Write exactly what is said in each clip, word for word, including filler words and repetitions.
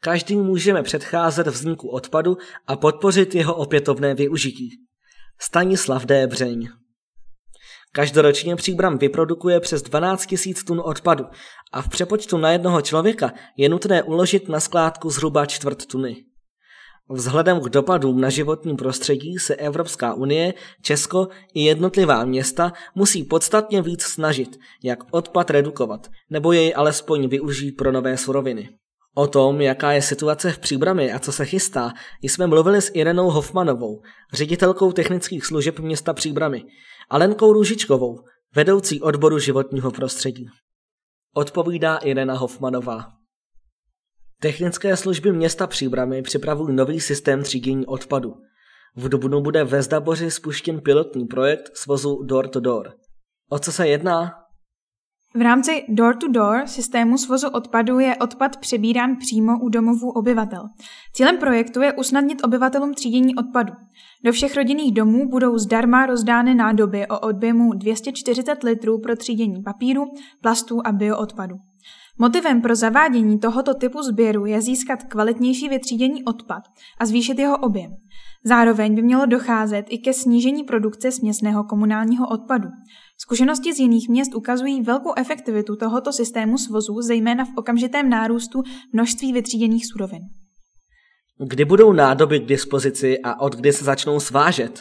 Každý můžeme předcházet vzniku odpadu a podpořit jeho opětovné využití. Stanislav Débřeň. Každoročně Příbram vyprodukuje přes dvanáct tisíc tun odpadu a v přepočtu na jednoho člověka je nutné uložit na skládku zhruba čtvrt tuny. Vzhledem k dopadům na životní prostředí se Evropská unie, Česko i jednotlivá města musí podstatně víc snažit, jak odpad redukovat, nebo jej alespoň využít pro nové suroviny. O tom, jaká je situace v Příbrami a co se chystá, jsme mluvili s Irenou Hofmanovou, ředitelkou technických služeb města Příbrami, a Lenkou Růžičkovou, vedoucí odboru životního prostředí. Odpovídá Irena Hofmanová. Technické služby města Příbrami připravují nový systém třídění odpadu. V dubnu bude ve Zdaboři spuštěn pilotní projekt svozu Door to Door. O co se jedná? V rámci Door-to-Door systému svozu odpadu je odpad přebírán přímo u domovů obyvatel. Cílem projektu je usnadnit obyvatelům třídění odpadu. Do všech rodinných domů budou zdarma rozdány nádoby o objemu dvě stě čtyřicet litrů pro třídění papíru, plastů a bioodpadu. Motivem pro zavádění tohoto typu sběru je získat kvalitnější vytříděný odpad a zvýšit jeho objem. Zároveň by mělo docházet i ke snížení produkce směsného komunálního odpadu. Zkušenosti z jiných měst ukazují velkou efektivitu tohoto systému svozu, zejména v okamžitém nárůstu množství vytříděných surovin. Kdy budou nádoby k dispozici a od kdy se začnou svážet?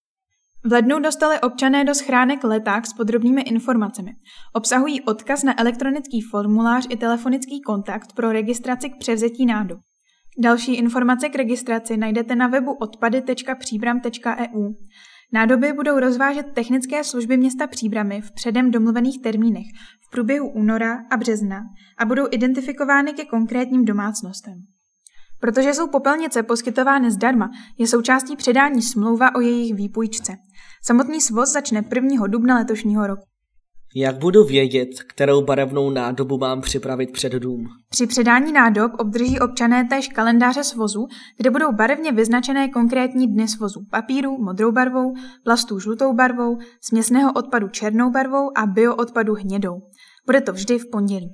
V lednu dostali občané do schránek leták s podrobnými informacemi. Obsahují odkaz na elektronický formulář i telefonický kontakt pro registraci k převzetí nádob. Další informace k registraci najdete na webu odpady tečka příbram tečka e u. Nádoby budou rozvážet technické služby města Příbramy v předem domluvených termínech v průběhu února a března a budou identifikovány ke konkrétním domácnostem. Protože jsou popelnice poskytovány zdarma, je součástí předání smlouva o jejich výpůjčce. Samotný svoz začne prvního dubna letošního roku. Jak budu vědět, kterou barevnou nádobu mám připravit před dům? Při předání nádob obdrží občané též kalendáře svozu, kde budou barevně vyznačené konkrétní dny svozu papíru modrou barvou, plastů žlutou barvou, směsného odpadu černou barvou a bioodpadu hnědou. Bude to vždy v pondělí.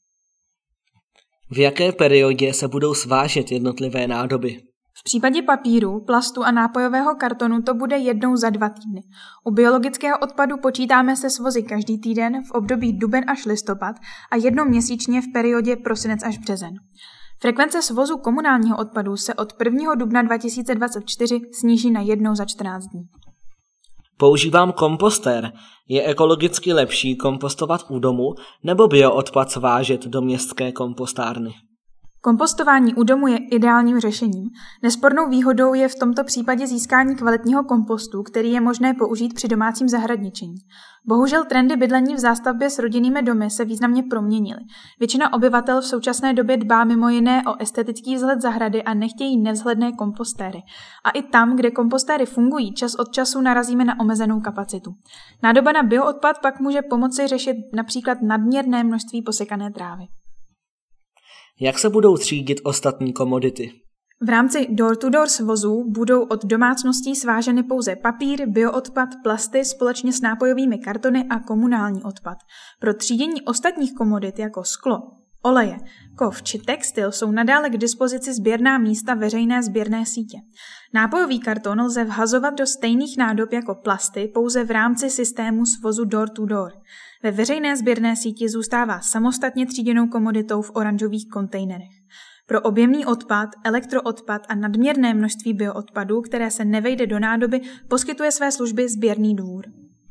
V jaké periodě se budou svážet jednotlivé nádoby? V případě papíru, plastu a nápojového kartonu to bude jednou za dva týdny. U biologického odpadu počítáme se svozy každý týden v období duben až listopad a jednou měsíčně v periodě prosinec až březen. Frekvence svozu komunálního odpadu se od prvního dubna dva tisíce dvacet čtyři sníží na jednou za čtrnáct dní. Používám kompostér. Je ekologicky lepší kompostovat u domu nebo bioodpad svážet do městské kompostárny? Kompostování u domu je ideálním řešením. Nespornou výhodou je v tomto případě získání kvalitního kompostu, který je možné použít při domácím zahradničení. Bohužel trendy bydlení v zástavbě s rodinnými domy se významně proměnily. Většina obyvatel v současné době dbá mimo jiné o estetický vzhled zahrady a nechtějí nevzhledné kompostéry. A i tam, kde kompostéry fungují, čas od času narazíme na omezenou kapacitu. Nádoba na bioodpad pak může pomoci řešit například nadměrné množství posekané trávy. Jak se budou třídit ostatní komodity? V rámci door-to-door svozů budou od domácností sváženy pouze papír, bioodpad, plasty společně s nápojovými kartony a komunální odpad. Pro třídění ostatních komodit jako sklo, oleje, kov či textil jsou nadále k dispozici sběrná místa veřejné sběrné sítě. Nápojový karton lze vhazovat do stejných nádob jako plasty pouze v rámci systému svozu door-to-door. Ve veřejné sběrné síti zůstává samostatně tříděnou komoditou v oranžových kontejnerech. Pro objemný odpad, elektroodpad a nadměrné množství bioodpadu, které se nevejde do nádoby, poskytuje své služby sběrný dvůr.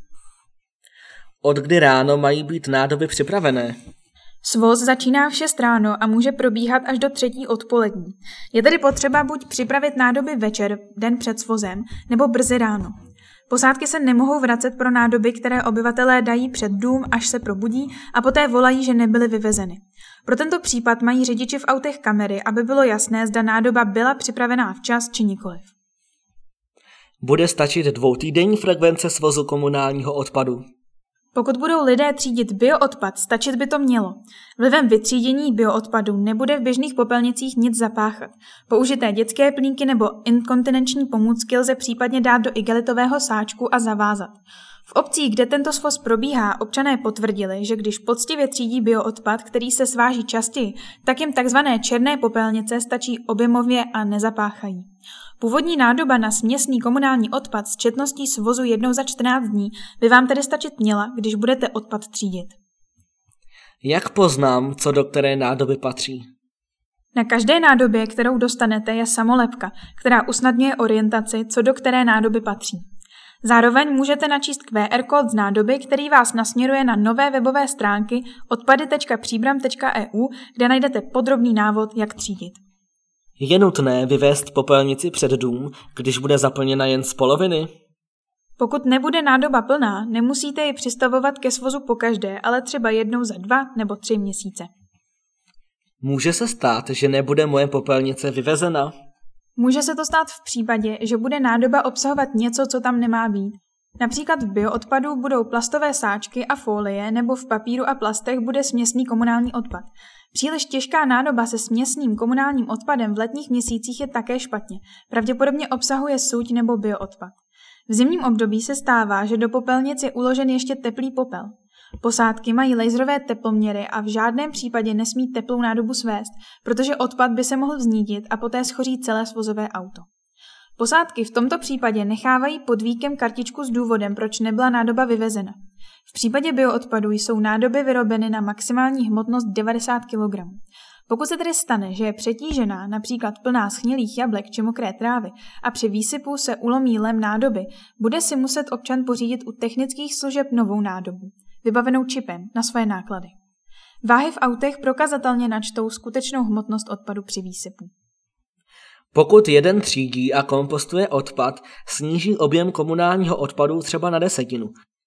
Od kdy ráno mají být nádoby připravené? Svoz začíná v šest ráno a může probíhat až do třetí odpolední. Je tedy potřeba buď připravit nádoby večer, den před svozem, nebo brzy ráno. Posádky se nemohou vracet pro nádoby, které obyvatelé dají před dům, až se probudí a poté volají, že nebyly vyvezeny. Pro tento případ mají řidiči v autech kamery, aby bylo jasné, zda nádoba byla připravená včas či nikoliv. Bude stačit dvoutýdenní frekvence svozu komunálního odpadu? Pokud budou lidé třídit bioodpad, stačit by to mělo. Vlivem vytřídění bioodpadu nebude v běžných popelnicích nic zapáchat. Použité dětské plínky nebo inkontinenční pomůcky lze případně dát do igelitového sáčku a zavázat. V obcích, kde tento svoz probíhá, občané potvrdili, že když poctivě třídí bioodpad, který se sváží častěji, tak jim takzvané černé popelnice stačí objemově a nezapáchají. Původní nádoba na směsný komunální odpad s četností svozu jednou za čtrnáct dní by vám tedy stačit měla, když budete odpad třídit. Jak poznám, co do které nádoby patří? Na každé nádobě, kterou dostanete, je samolepka, která usnadňuje orientaci, co do které nádoby patří. Zároveň můžete načíst Q R kód z nádoby, který vás nasměruje na nové webové stránky odpady tečka příbram tečka e u, kde najdete podrobný návod, jak třídit. Je nutné vyvést popelnici před dům, když bude zaplněna jen z poloviny? Pokud nebude nádoba plná, nemusíte ji přistavovat ke svozu pokaždé, ale třeba jednou za dva nebo tři měsíce. Může se stát, že nebude moje popelnice vyvezena? Může se to stát v případě, že bude nádoba obsahovat něco, co tam nemá být. Například v bioodpadu budou plastové sáčky a folie, nebo v papíru a plastech bude směsný komunální odpad. Příliš těžká nádoba se směsným komunálním odpadem v letních měsících je také špatně. Pravděpodobně obsahuje suť nebo bioodpad. V zimním období se stává, že do popelnic je uložen ještě teplý popel. Posádky mají laserové teploměry a v žádném případě nesmí teplou nádobu svést, protože odpad by se mohl vznítit a poté schoří celé svozové auto. Posádky v tomto případě nechávají pod víkem kartičku s důvodem, proč nebyla nádoba vyvezena. V případě bioodpadu jsou nádoby vyrobeny na maximální hmotnost devadesát kilogramů. Pokud se tedy stane, že je přetížená, například plná schnilých jablek či mokré trávy, a při výsypu se ulomí lem nádoby, bude si muset občan pořídit u technických služeb novou nádobu, vybavenou čipem na svoje náklady. Váhy v autech prokazatelně načtou skutečnou hmotnost odpadu při výsypu. Pokud jeden třídí a kompostuje odpad, sníží objem komunálního odpadu třeba na desetinu.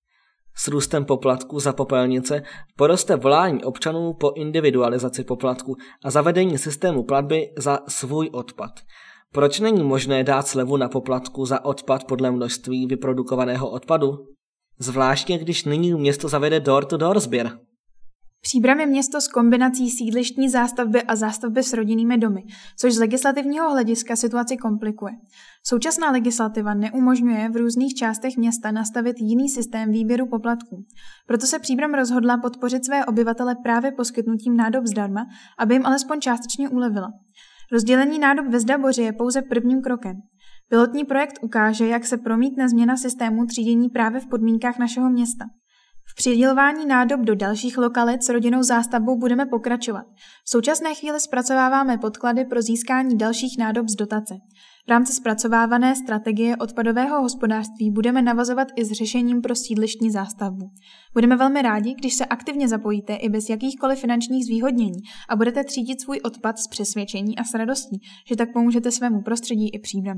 S růstem poplatku za popelnice poroste volání občanů po individualizaci poplatku a zavedení systému platby za svůj odpad. Proč není možné dát slevu na poplatku za odpad podle množství vyprodukovaného odpadu? Zvláště když nyní město zavede door-to-door sběr. Příbram je město s kombinací sídlištní zástavby a zástavby s rodinnými domy, což z legislativního hlediska situaci komplikuje. Současná legislativa neumožňuje v různých částech města nastavit jiný systém výběru poplatků. Proto se Příbram rozhodla podpořit své obyvatele právě poskytnutím nádob zdarma, aby jim alespoň částečně ulevila. Rozdělení nádob ve Zdaboři je pouze prvním krokem. Pilotní projekt ukáže, jak se promítne změna systému třídění právě v podmínkách našeho města. V přidělování nádob do dalších lokalit s rodinnou zástavbou budeme pokračovat. V současné chvíli zpracováváme podklady pro získání dalších nádob z dotace. V rámci zpracovávané strategie odpadového hospodářství budeme navazovat i s řešením pro sídlištní zástavbu. Budeme velmi rádi, když se aktivně zapojíte i bez jakýchkoliv finančních zvýhodnění a budete třídit svůj odpad s přesvědčení a s radostí, že tak pomůžete svému prostředí i Příbrami.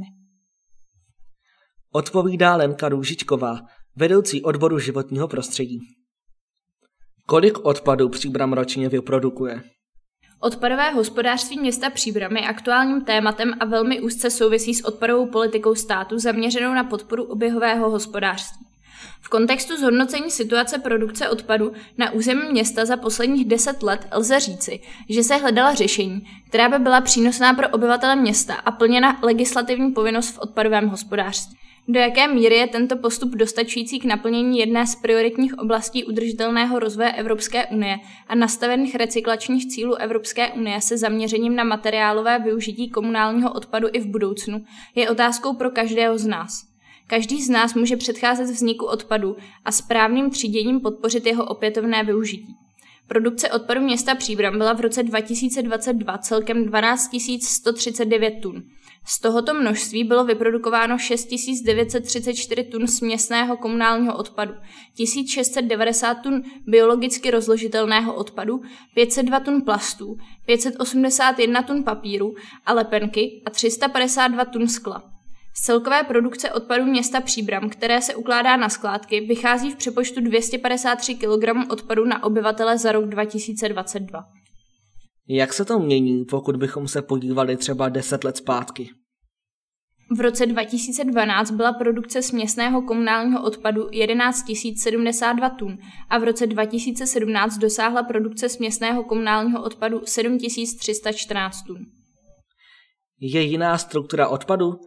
Odpovídá Lenka Růžičková, vedoucí odboru životního prostředí. Kolik odpadu Příbram ročně vyprodukuje? Odpadové hospodářství města Příbram je aktuálním tématem a velmi úzce souvisí s odpadovou politikou státu zaměřenou na podporu oběhového hospodářství. V kontextu zhodnocení situace produkce odpadu na území města za posledních deset let lze říci, že se hledala řešení, která by byla přínosná pro obyvatele města a plněna legislativní povinnost v odpadovém hospodářství. Do jaké míry je tento postup dostačující k naplnění jedné z prioritních oblastí udržitelného rozvoje Evropské unie a nastavených recyklačních cílů Evropské unie se zaměřením na materiálové využití komunálního odpadu i v budoucnu, je otázkou pro každého z nás. Každý z nás může předcházet vzniku odpadu a správným tříděním podpořit jeho opětovné využití. Produkce odpadu města Příbram byla v roce dva tisíce dvacet dva celkem dvanáct tisíc sto třicet devět tun. Z tohoto množství bylo vyprodukováno šest tisíc devět set třicet čtyři tun směsného komunálního odpadu, tisíc šest set devadesát tun biologicky rozložitelného odpadu, pět set dva tun plastů, pět set osmdesát jedna tun papíru a lepenky a tři sta padesát dva tun skla. Z celkové produkce odpadu města Příbram, které se ukládá na skládky, vychází v přepočtu dvě stě padesát tři kilogramů odpadu na obyvatele za rok dva tisíce dvacet dva. Jak se to mění, pokud bychom se podívali třeba deset let zpátky? V roce dva tisíce dvanáct byla produkce směsného komunálního odpadu jedenáct tisíc sedmdesát dva tun a v roce dva tisíce sedmnáct dosáhla produkce směsného komunálního odpadu sedm tisíc tři sta čtrnáct tun. Je jiná struktura odpadu?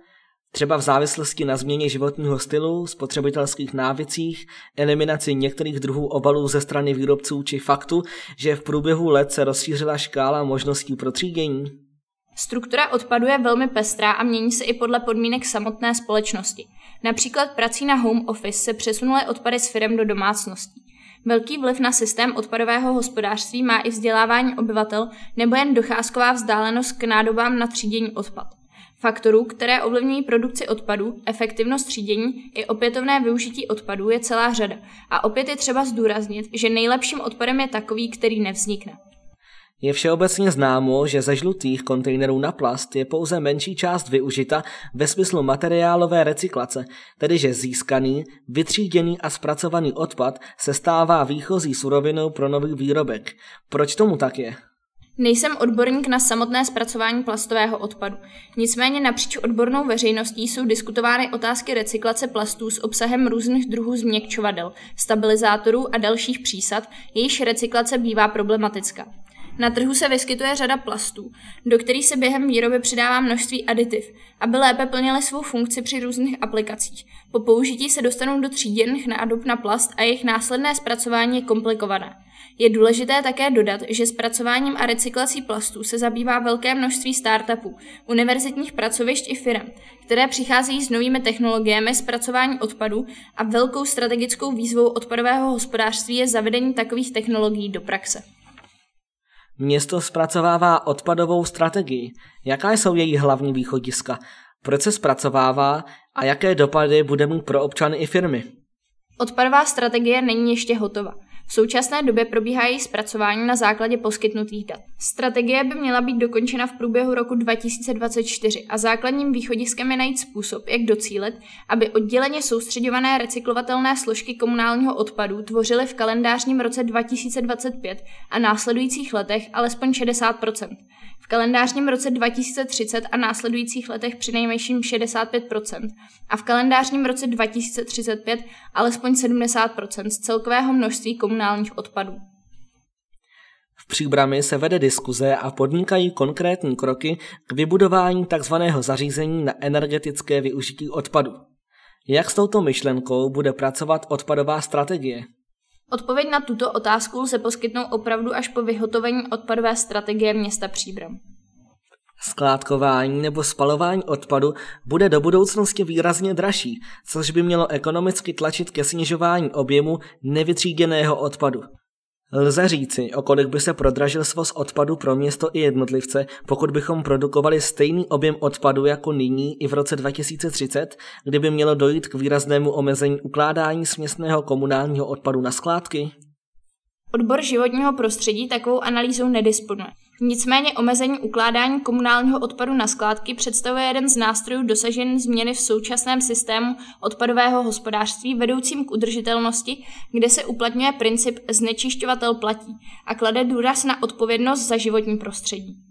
třeba v závislosti na změně životního stylu, spotřebitelských návycích, eliminaci některých druhů obalů ze strany výrobců či faktu, že v průběhu let se rozšířila škála možností pro třídění? Struktura odpadu je velmi pestrá a mění se i podle podmínek samotné společnosti. Například prací na home office se přesunuly odpady z firem do domácností. Velký vliv na systém odpadového hospodářství má i vzdělávání obyvatel nebo jen docházková vzdálenost k nádobám na třídění odpad. Faktorů, které ovlivňují produkci odpadu, efektivnost třídění i opětovné využití odpadů je celá řada. A opět je třeba zdůraznit, že nejlepším odpadem je takový, který nevznikne. Je všeobecně známo, že ze žlutých kontejnerů na plast je pouze menší část využita ve smyslu materiálové recyklace, tedy že získaný, vytříděný a zpracovaný odpad se stává výchozí surovinou pro nový výrobek. Proč tomu tak je? Nejsem odborník na samotné zpracování plastového odpadu. Nicméně napříč odbornou veřejností jsou diskutovány otázky recyklace plastů s obsahem různých druhů změkčovadel, stabilizátorů a dalších přísad, jejichž recyklace bývá problematická. Na trhu se vyskytuje řada plastů, do kterých se během výroby přidává množství aditiv, aby lépe plnily svou funkci při různých aplikacích. Po použití se dostanou do tříděných nádob na plast a jejich následné zpracování je komplikované. Je důležité také dodat, že zpracováním a recyklací plastů se zabývá velké množství startupů, univerzitních pracovišť i firem, které přicházejí s novými technologiemi zpracování odpadů a velkou strategickou výzvou odpadového hospodářství je zavedení takových technologií do praxe. Město zpracovává odpadovou strategii. Jaká jsou její hlavní východiska? Proč se zpracovává a jaké dopady bude mít pro občany i firmy? Odpadová strategie není ještě hotová. V současné době probíhá její zpracování na základě poskytnutých dat. Strategie by měla být dokončena v průběhu roku dva tisíce dvacet čtyři a základním východiskem je najít způsob, jak docílit, aby odděleně soustřeďované recyklovatelné složky komunálního odpadu tvořily v kalendářním roce dva tisíce dvacet pět a následujících letech alespoň šedesát procent. V kalendářním roce dva tisíce třicet a následujících letech přinejmenším šedesát pět procent a v kalendářním roce dva tisíce třicet pět alespoň sedmdesát procent z celkového množství komunálních odpadů. V Příbrami se vede diskuze a podnikají konkrétní kroky k vybudování tzv. Zařízení na energetické využití odpadu. Jak s touto myšlenkou bude pracovat odpadová strategie? Odpověď na tuto otázku lze poskytnout opravdu až po vyhotovení odpadové strategie města Příbram. Skládkování nebo spalování odpadu bude do budoucnosti výrazně dražší, což by mělo ekonomicky tlačit ke snižování objemu nevytříděného odpadu. Lze říci, o kolik by se prodražil svoz odpadu pro město i jednotlivce, pokud bychom produkovali stejný objem odpadu jako nyní i v roce dva tisíce třicet, kdyby mělo dojít k výraznému omezení ukládání směsného komunálního odpadu na skládky? Odbor životního prostředí takovou analýzou nedisponuje. Nicméně omezení ukládání komunálního odpadu na skládky představuje jeden z nástrojů dosažení změny v současném systému odpadového hospodářství vedoucím k udržitelnosti, kde se uplatňuje princip znečišťovatel platí a klade důraz na odpovědnost za životní prostředí.